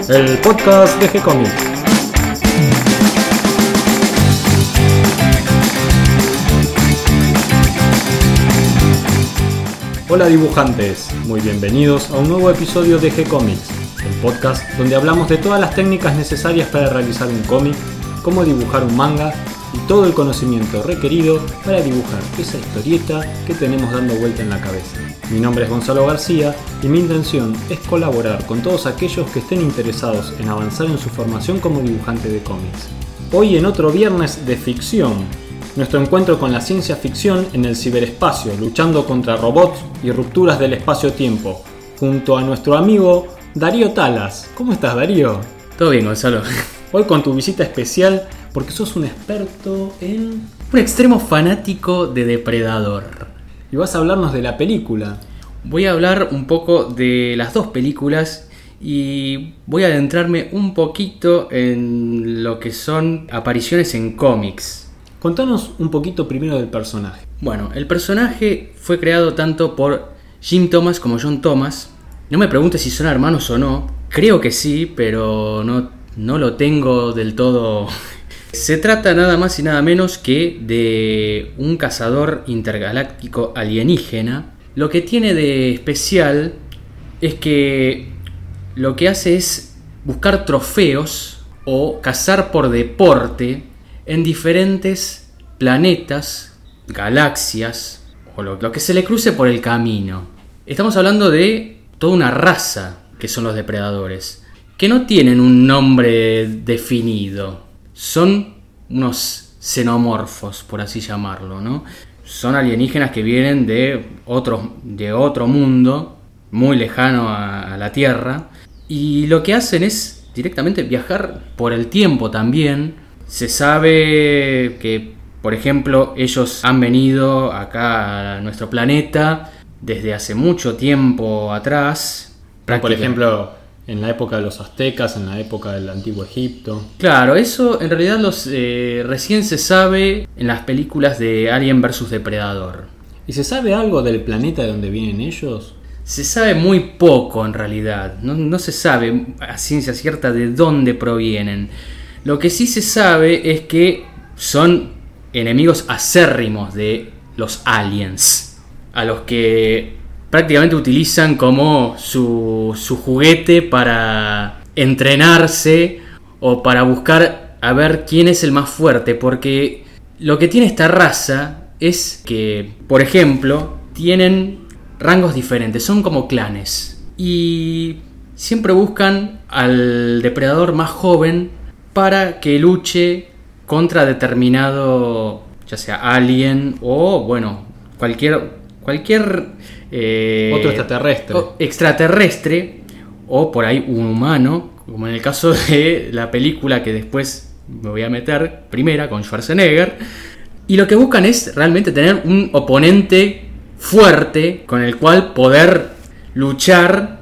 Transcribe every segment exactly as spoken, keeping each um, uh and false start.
el podcast de G-Comics. Hola dibujantes, muy bienvenidos a un nuevo episodio de G-Comics, el podcast donde hablamos de todas las técnicas necesarias para realizar un cómic, cómo dibujar un manga y todo el conocimiento requerido para dibujar esa historieta que tenemos dando vuelta en la cabeza. Mi nombre es Gonzalo García y mi intención es colaborar con todos aquellos que estén interesados en avanzar en su formación como dibujante de cómics. Hoy en otro viernes de ficción, nuestro encuentro con la ciencia ficción en el ciberespacio, luchando contra robots y rupturas del espacio-tiempo, junto a nuestro amigo Darío Talas. ¿Cómo estás, Darío? Todo bien, Gonzalo. Hoy con tu visita especial porque sos un experto en... Un extremo fanático de Depredador. Y vas a hablarnos de la película. Voy a hablar un poco de las dos películas y voy a adentrarme un poquito en lo que son apariciones en cómics. Contanos un poquito primero del personaje. Bueno, el personaje fue creado tanto por Jim Thomas como John Thomas. No me preguntes si son hermanos o no. Creo que sí, pero no, no lo tengo del todo. Se trata nada más y nada menos que de un cazador intergaláctico alienígena. Lo que tiene de especial es que lo que hace es buscar trofeos o cazar por deporte en diferentes planetas, galaxias o lo, lo que se le cruce por el camino. Estamos hablando de toda una raza que son los depredadores, que no tienen un nombre definido. Son unos xenomorfos, por así llamarlo, ¿no? Son alienígenas que vienen de otro, de otro mundo, muy lejano a, a la Tierra, y lo que hacen es directamente viajar por el tiempo también. Se sabe que, por ejemplo, ellos han venido acá a nuestro planeta desde hace mucho tiempo atrás. Por ejemplo, en la época de los aztecas, en la época del antiguo Egipto. Claro, eso en realidad los eh, recién se sabe en las películas de Alien versus Depredador. ¿Y se sabe algo del planeta de donde vienen ellos? Se sabe muy poco en realidad. No, no se sabe a ciencia cierta de dónde provienen. Lo que sí se sabe es que son enemigos acérrimos de los aliens, a los que prácticamente utilizan como su, su juguete para entrenarse o para buscar a ver quién es el más fuerte, porque lo que tiene esta raza es que, por ejemplo, tienen rangos diferentes, son como clanes y siempre buscan al depredador más joven para que luche contra determinado, ya sea alien o, bueno, cualquier cualquier eh, otro extraterrestre. O extraterrestre o por ahí un humano, como en el caso de la película que después me voy a meter, primera con Schwarzenegger. Y lo que buscan es realmente tener un oponente fuerte con el cual poder luchar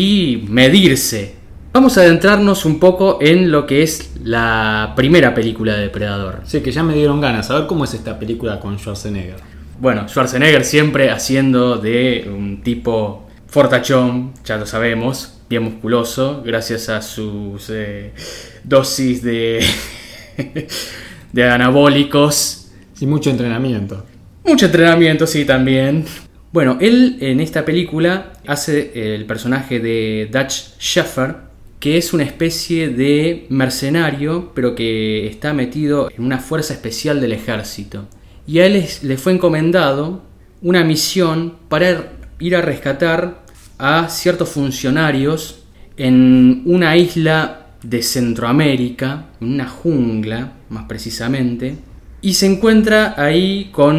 y medirse. Vamos a adentrarnos un poco en lo que es la primera película de Depredador. Sí, que ya me dieron ganas. A ver cómo es esta película con Schwarzenegger. Bueno, Schwarzenegger siempre haciendo de un tipo fortachón, ya lo sabemos, bien musculoso, gracias a sus eh, dosis de, de anabólicos. Y mucho entrenamiento. Mucho entrenamiento, sí, también. Bueno, él en esta película hace el personaje de Dutch Schaffer, que es una especie de mercenario, pero que está metido en una fuerza especial del ejército. Y a él le fue encomendado una misión para ir a rescatar a ciertos funcionarios en una isla de Centroamérica, en una jungla más precisamente, y se encuentra ahí con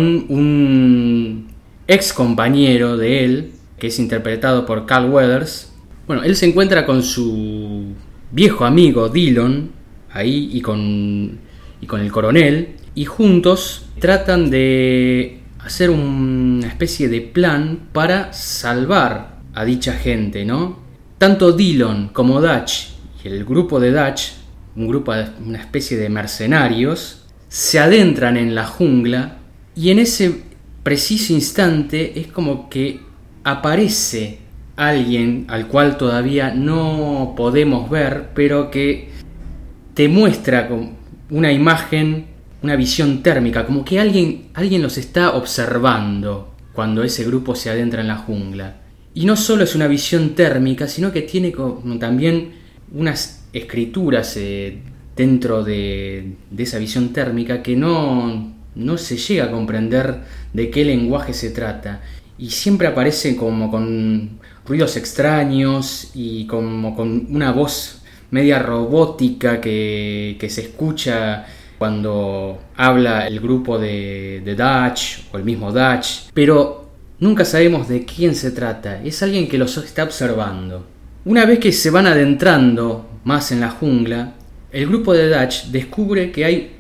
un ex compañero de él, que es interpretado por Carl Weathers. Bueno, él se encuentra con su viejo amigo Dillon ahí y con, y con el coronel, y juntos tratan de hacer una especie de plan para salvar a dicha gente, ¿no? Tanto Dillon como Dutch y el grupo de Dutch, un grupo, una especie de mercenarios, se adentran en la jungla y en ese preciso instante es como que aparece alguien al cual todavía no podemos ver, pero que te muestra una imagen, una visión térmica, como que alguien, alguien los está observando cuando ese grupo se adentra en la jungla. Y no solo es una visión térmica, sino que tiene como también unas escrituras eh, dentro de, de esa visión térmica que no, no se llega a comprender de qué lenguaje se trata. Y siempre aparece como con ruidos extraños y como con una voz media robótica que, que se escucha cuando habla el grupo de, de Dutch o el mismo Dutch, pero nunca sabemos de quién se trata. Es alguien que los está observando. Una vez que se van adentrando más en la jungla, el grupo de Dutch descubre que hay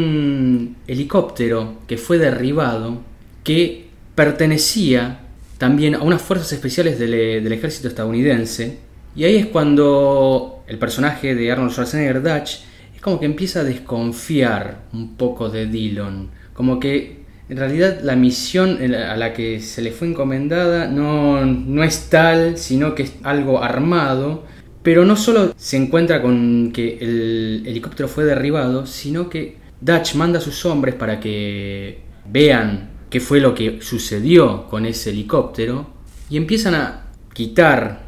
un helicóptero que fue derribado que pertenecía también a unas fuerzas especiales del, del ejército estadounidense. Y ahí es cuando el personaje de Arnold Schwarzenegger, Dutch, es como que empieza a desconfiar un poco de Dillon. Como que en realidad la misión a la que se le fue encomendada no, no es tal, sino que es algo armado. Pero no solo se encuentra con que el helicóptero fue derribado, sino que Dutch manda a sus hombres para que vean qué fue lo que sucedió con ese helicóptero y empiezan a quitar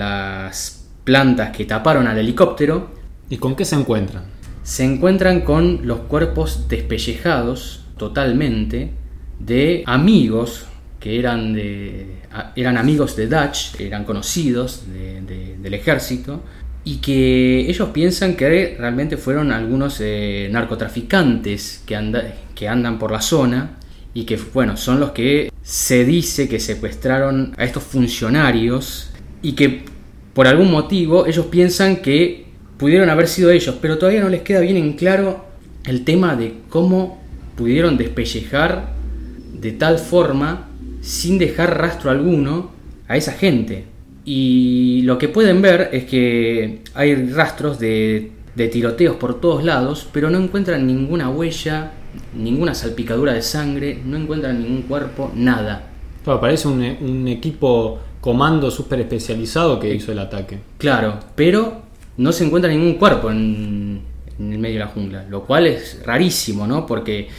las plantas que taparon al helicóptero. ¿Y con qué se encuentran? Se encuentran con los cuerpos despellejados totalmente de amigos que eran, de, eran amigos de Dutch, eran conocidos de, de, del ejército, y que ellos piensan que realmente fueron algunos eh, narcotraficantes que, anda, que andan por la zona y que, bueno, son los que se dice que secuestraron a estos funcionarios y que por algún motivo ellos piensan que pudieron haber sido ellos, pero todavía no les queda bien en claro el tema de cómo pudieron despellejar de tal forma sin dejar rastro alguno a esa gente. Y lo que pueden ver es que hay rastros de, de tiroteos por todos lados, pero no encuentran ninguna huella, ninguna salpicadura de sangre, no encuentran ningún cuerpo, nada. Claro, parece un, un equipo comando súper especializado que hizo el ataque. Claro, pero no se encuentra ningún cuerpo en, en el medio de la jungla, lo cual es rarísimo, ¿no? Porque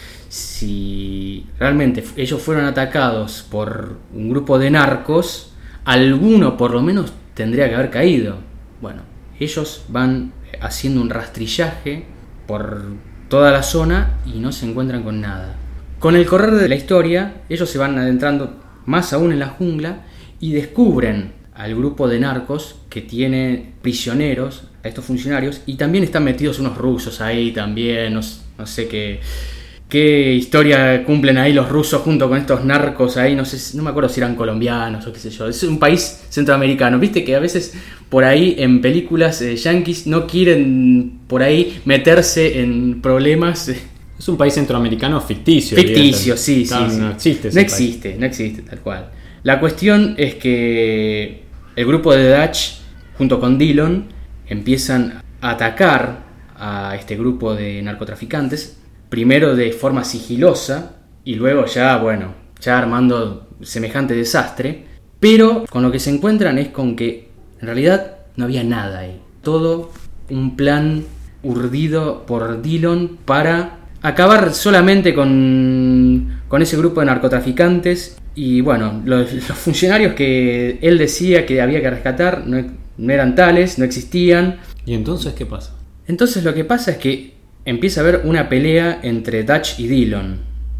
si realmente ellos fueron atacados por un grupo de narcos, alguno por lo menos tendría que haber caído. Bueno, ellos van haciendo un rastrillaje por toda la zona y no se encuentran con nada. Con el correr de la historia, ellos se van adentrando más aún en la jungla y descubren al grupo de narcos que tiene prisioneros a estos funcionarios, y también están metidos unos rusos ahí también, no, no sé qué, qué historia cumplen ahí los rusos junto con estos narcos ahí, no sé, no me acuerdo si eran colombianos o qué sé yo, es un país centroamericano, viste que a veces por ahí en películas eh, yanquis no quieren por ahí meterse en problemas. Eh. Es un país centroamericano ficticio. Ficticio, sí, claro, sí, sí. No existe ese No existe, país. no existe tal cual. La cuestión es que el grupo de Dutch, junto con Dillon, empiezan a atacar a este grupo de narcotraficantes, primero de forma sigilosa y luego ya, bueno, ya armando semejante desastre. Pero con lo que se encuentran es con que en realidad no había nada ahí. Todo un plan urdido por Dillon para acabar solamente con, con ese grupo de narcotraficantes. Y bueno, los, los funcionarios que él decía que había que rescatar no, no eran tales, no existían. ¿Y entonces qué pasa? Entonces lo que pasa es que empieza a haber una pelea entre Dutch y Dillon.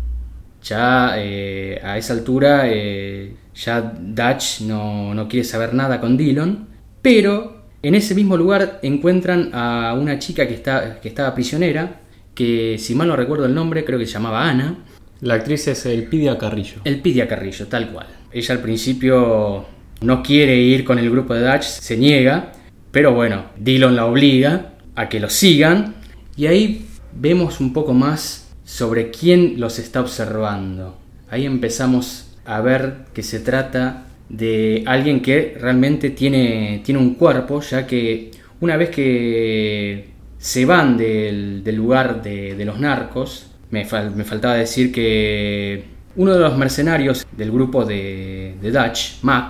Ya eh, a esa altura eh, ya Dutch no, no quiere saber nada con Dillon, pero en ese mismo lugar encuentran a una chica que, está, que estaba prisionera, que si mal no recuerdo el nombre, creo que se llamaba Ana. La actriz es Elpidia Carrillo. Elpidia Carrillo, tal cual. Ella al principio no quiere ir con el grupo de Dutch, se niega, pero bueno, Dillon la obliga a que lo sigan, y ahí vemos un poco más sobre quién los está observando. Ahí empezamos a ver que se trata de alguien que realmente tiene, tiene un cuerpo, ya que una vez que se van del, del lugar de, de los narcos, me, fal, me faltaba decir que uno de los mercenarios del grupo de, de Dutch, Mac,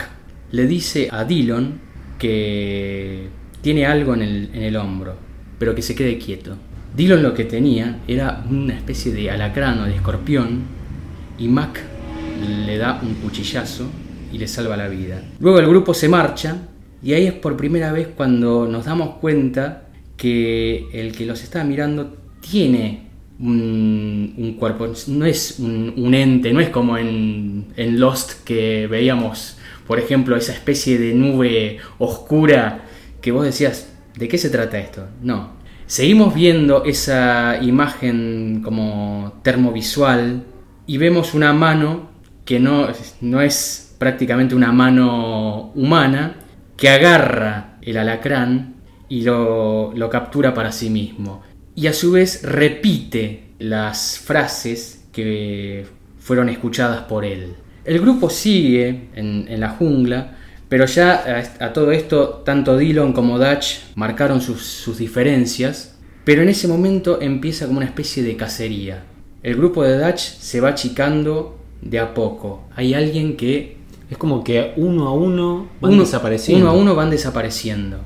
le dice a Dillon que tiene algo en el, en el hombro, pero que se quede quieto. Dillon lo que tenía era una especie de alacrán o de escorpión, y Mac le da un cuchillazo y le salva la vida. Luego el grupo se marcha, y ahí es por primera vez cuando nos damos cuenta que el que los está mirando tiene un, un cuerpo, no es un, un ente, no es como en, en Lost, que veíamos, por ejemplo, esa especie de nube oscura que vos decías, ¿de qué se trata esto? No, seguimos viendo esa imagen como termovisual y vemos una mano que no, no es prácticamente una mano humana, que agarra el alacrán y lo, lo captura para sí mismo. Y a su vez repite las frases que fueron escuchadas por él. El grupo sigue en, en la jungla, pero ya a, a todo esto tanto Dillon como Dutch marcaron sus, sus diferencias, pero en ese momento empieza como una especie de cacería. El grupo de Dutch se va achicando de a poco. Hay alguien que... Es como que uno a uno van uno, desapareciendo. Uno a uno van desapareciendo.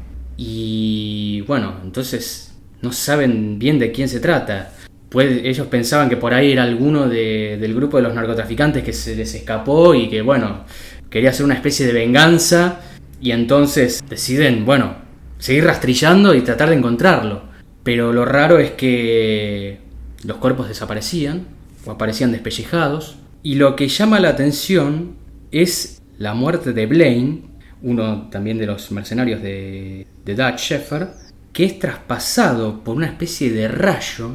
Y bueno, entonces no saben bien de quién se trata. Pues ellos pensaban que por ahí era alguno de, del grupo de los narcotraficantes que se les escapó y que bueno, quería hacer una especie de venganza, y entonces deciden, bueno, seguir rastrillando y tratar de encontrarlo. Pero lo raro es que los cuerpos desaparecían o aparecían despellejados, y lo que llama la atención es la muerte de Blaine, uno también de los mercenarios de, de Dutch Shepherd, que es traspasado por una especie de rayo.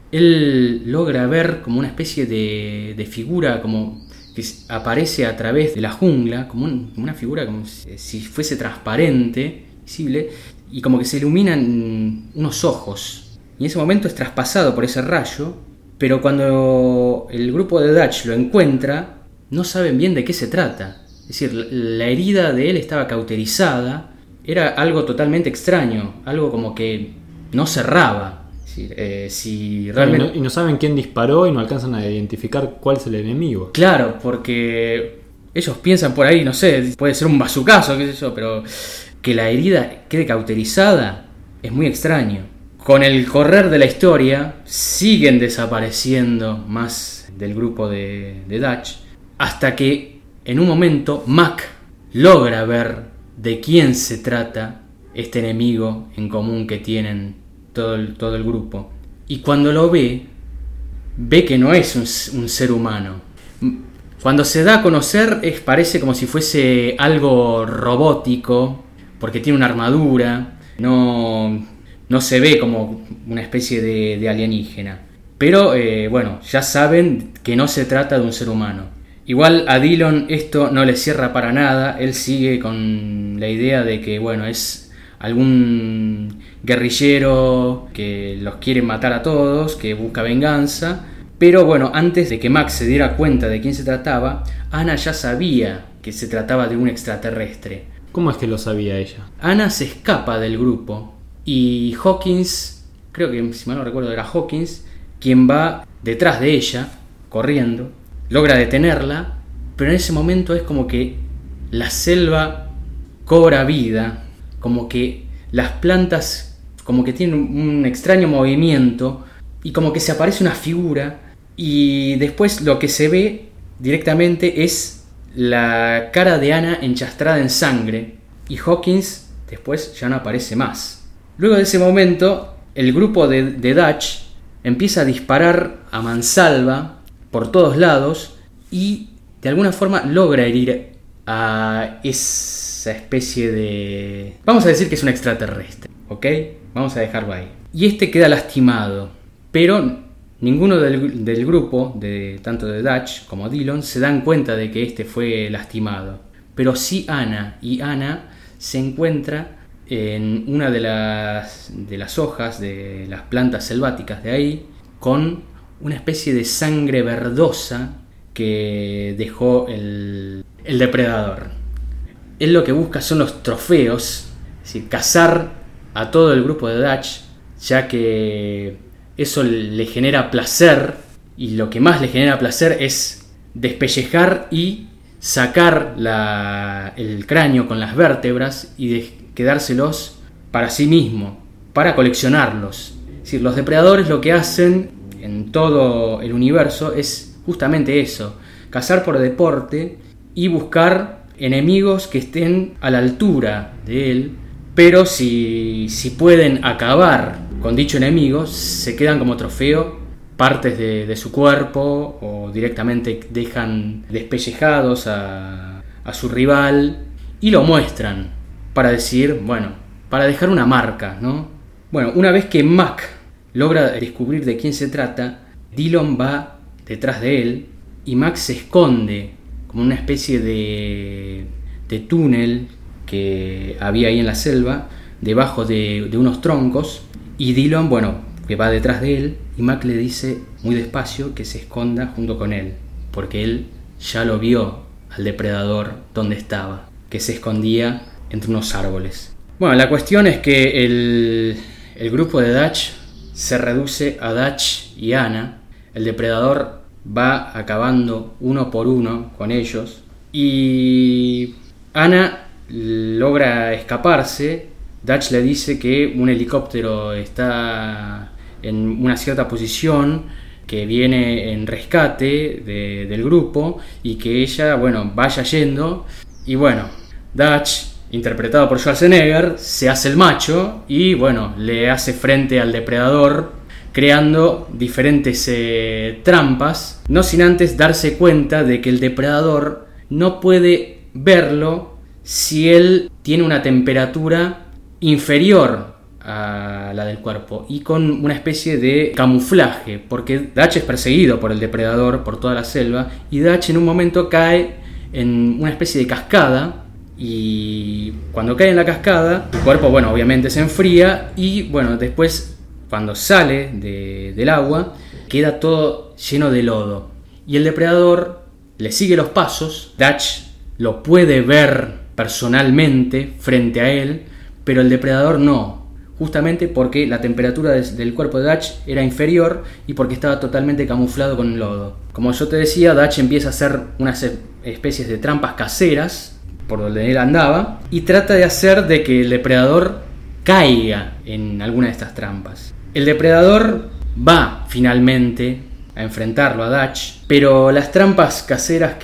Él logra ver como una especie de, de figura como que aparece a través de la jungla, como, un, como una figura como si, si fuese transparente, visible, y como que se iluminan unos ojos. Y en ese momento es traspasado por ese rayo, pero cuando el grupo de Dutch lo encuentra, no saben bien de qué se trata. Es decir, la herida de él estaba cauterizada, era algo totalmente extraño, algo como que no cerraba. Es decir, eh, si realmente... y, no, y no saben quién disparó y no alcanzan a identificar cuál es el enemigo. Claro, porque ellos piensan por ahí, no sé, puede ser un bazucazo, qué sé yo, pero que la herida quede cauterizada es muy extraño. Con el correr de la historia siguen desapareciendo más del grupo de, de Dutch, hasta que en un momento Mac logra ver de quién se trata este enemigo en común que tienen todo el, todo el grupo. Y cuando lo ve, ve que no es un, un ser humano. Cuando se da a conocer, es, parece como si fuese algo robótico, porque tiene una armadura, no, no se ve como una especie de, de alienígena. Pero eh, bueno, ya saben que no se trata de un ser humano. Igual a Dillon esto no le cierra para nada. Él sigue con la idea de que bueno, es algún guerrillero que los quiere matar a todos, que busca venganza. Pero bueno, antes de que Max se diera cuenta de quién se trataba, Ana ya sabía que se trataba de un extraterrestre. ¿Cómo es que lo sabía ella? Ana se escapa del grupo y Hawkins, creo que si mal no recuerdo era Hawkins, quien va detrás de ella, corriendo, logra detenerla, pero en ese momento es como que la selva cobra vida, como que las plantas como que tienen un extraño movimiento y como que se aparece una figura, y después lo que se ve directamente es la cara de Ana enchastrada en sangre, y Hawkins después ya no aparece más. Luego de ese momento el grupo de, de Dutch empieza a disparar a mansalva por todos lados y de alguna forma logra herir a esa especie de... Vamos a decir que es un extraterrestre, ¿ok? Vamos a dejarlo ahí. Y este queda lastimado, pero ninguno del, del grupo, de, tanto de Dutch como Dillon, se dan cuenta de que este fue lastimado. Pero sí Ana, y Ana se encuentra en una de las, de las hojas de las plantas selváticas de ahí, con una especie de sangre verdosa que dejó el, el depredador. Él lo que busca son los trofeos, es decir, cazar a todo el grupo de Dutch, ya que eso le genera placer, y lo que más le genera placer es despellejar y sacar la, el cráneo con las vértebras y de quedárselos para sí mismo, para coleccionarlos. Es decir, los depredadores lo que hacen en todo el universo es justamente eso, cazar por deporte y buscar enemigos que estén a la altura de él, pero si, si pueden acabar con dicho enemigo, se quedan como trofeo partes de, de su cuerpo o directamente dejan despellejados a, a su rival y lo muestran para decir, bueno, para dejar una marca, ¿no? Bueno, una vez que Mac logra descubrir de quién se trata, Dillon va detrás de él y Mac se esconde como una especie de, de túnel que había ahí en la selva, debajo de, de unos troncos, y Dillon, bueno, que va detrás de él, y Mac le dice muy despacio que se esconda junto con él, porque él ya lo vio al depredador donde estaba, que se escondía entre unos árboles. Bueno, la cuestión es que el, el grupo de Dutch se reduce a Dutch y Anna. El depredador va acabando uno por uno con ellos y Anna logra escaparse. Dutch le dice que un helicóptero está en una cierta posición, que viene en rescate de, del grupo y que ella, bueno, vaya yendo. Y bueno, Dutch, interpretado por Schwarzenegger, se hace el macho y bueno, le hace frente al depredador, creando diferentes eh, trampas, no sin antes darse cuenta de que el depredador no puede verlo si él tiene una temperatura inferior a la del cuerpo y con una especie de camuflaje, porque Dutch es perseguido por el depredador por toda la selva y Dutch en un momento cae en una especie de cascada y cuando cae en la cascada el cuerpo, bueno, obviamente se enfría y bueno, después cuando sale de, del agua queda todo lleno de lodo y el depredador le sigue los pasos. Dutch lo puede ver personalmente frente a él, pero el depredador no, justamente porque la temperatura del cuerpo de Dutch era inferior y porque estaba totalmente camuflado con el lodo. Como yo te decía, Dutch empieza a hacer unas especies de trampas caseras por donde él andaba y trata de hacer de que el depredador caiga en alguna de estas trampas. El depredador va finalmente a enfrentarlo a Dutch, pero las trampas caseras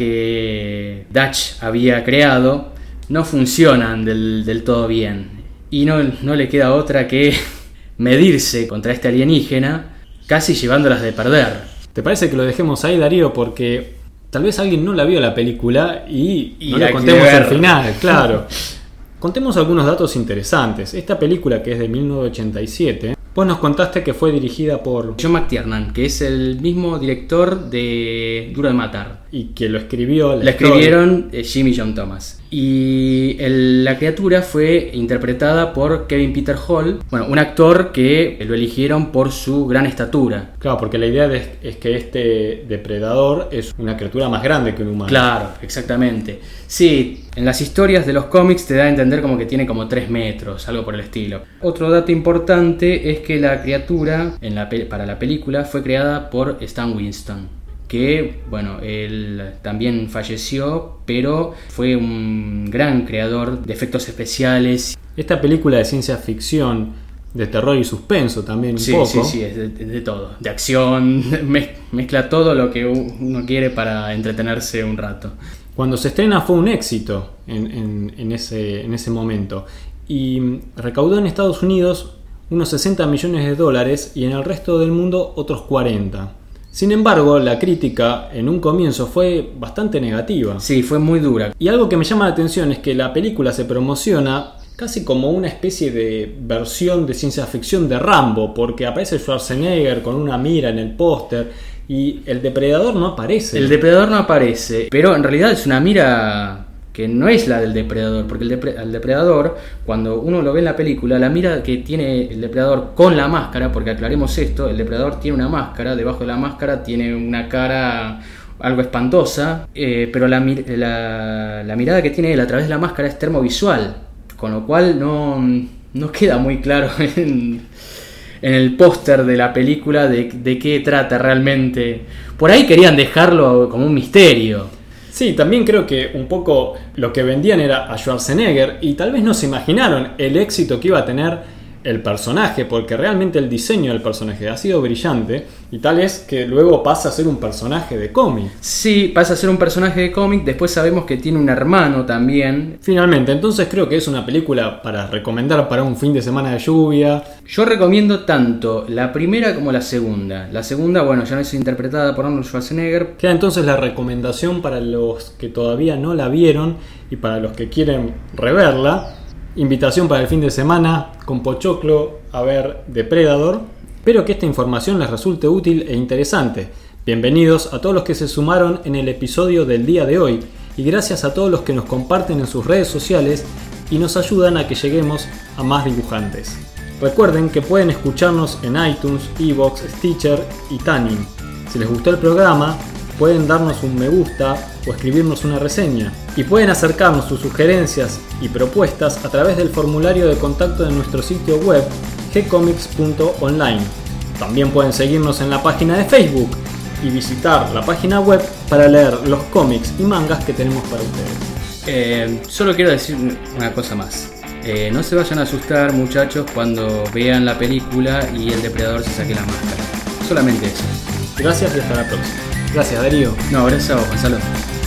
que Dutch había creado no funcionan del, del todo bien. Y no, no le queda otra que medirse contra este alienígena, casi llevándolas de perder. ¿Te parece que lo dejemos ahí, Darío? Porque tal vez alguien no la vio la película y, y no le contemos el final, claro. Contemos algunos datos interesantes. Esta película, que es de mil novecientos ochenta y siete, vos nos contaste que fue dirigida por John McTiernan, que es el mismo director de Duro de Matar. Y que lo escribió... La, la escribieron eh, Jim y John Thomas. Y el, la criatura fue interpretada por Kevin Peter Hall, bueno, un actor que lo eligieron por su gran estatura. Claro, porque la idea de, es que este depredador es una criatura más grande que un humano. Claro, exactamente. Sí, en las historias de los cómics te da a entender como que tiene como tres metros, algo por el estilo. Otro dato importante es que la criatura en la, para la película fue creada por Stan Winston, que, bueno, él también falleció, pero fue un gran creador de efectos especiales. Esta película de ciencia ficción, de terror y suspenso también un sí, poco. Sí, sí, es de, de todo. De acción, mezcla todo lo que uno quiere para entretenerse un rato. Cuando se estrena fue un éxito en, en, en, ese, en ese momento. Y recaudó en Estados Unidos unos sesenta millones de dólares y en el resto del mundo otros cuarenta. Sin embargo, la crítica en un comienzo fue bastante negativa. Sí, fue muy dura. Y algo que me llama la atención es que la película se promociona casi como una especie de versión de ciencia ficción de Rambo, porque aparece Schwarzenegger con una mira en el póster y el depredador no aparece. El depredador no aparece, pero en realidad es una mira que no es la del depredador, porque el, depre- el depredador, cuando uno lo ve en la película, la mira que tiene el depredador con la máscara, porque aclaremos esto, el depredador tiene una máscara, debajo de la máscara tiene una cara algo espantosa, eh, pero la, la, la mirada que tiene él a través de la máscara es termovisual, con lo cual no, no queda muy claro en, en el póster de la película de, de qué trata realmente. Por ahí querían dejarlo como un misterio. Sí, también creo que un poco lo que vendían era a Schwarzenegger y tal vez no se imaginaron el éxito que iba a tener el personaje, porque realmente el diseño del personaje ha sido brillante y tal es que luego pasa a ser un personaje de cómic. Sí, pasa a ser un personaje de cómic, después sabemos que tiene un hermano también. Finalmente, entonces creo que es una película para recomendar para un fin de semana de lluvia. Yo recomiendo tanto la primera como la segunda. La segunda, bueno, ya no es interpretada por Arnold Schwarzenegger. Queda entonces la recomendación para los que todavía no la vieron y para los que quieren reverla. Invitación para el fin de semana con pochoclo a ver Depredador. Espero que esta información les resulte útil e interesante. Bienvenidos a todos los que se sumaron en el episodio del día de hoy y gracias a todos los que nos comparten en sus redes sociales y nos ayudan a que lleguemos a más dibujantes. Recuerden que pueden escucharnos en iTunes, iVoox, Stitcher y Tuning. Si les gustó el programa, pueden darnos un me gusta o escribirnos una reseña. Y pueden acercarnos sus sugerencias y propuestas a través del formulario de contacto de nuestro sitio web g comics punto online. También pueden seguirnos en la página de Facebook y visitar la página web para leer los cómics y mangas que tenemos para ustedes. Eh, solo quiero decir una cosa más. Eh, no se vayan a asustar, muchachos, cuando vean la película y el depredador se saque la máscara. Solamente eso. Gracias y hasta la próxima. Gracias, Darío. No, gracias a vos, Gonzalo.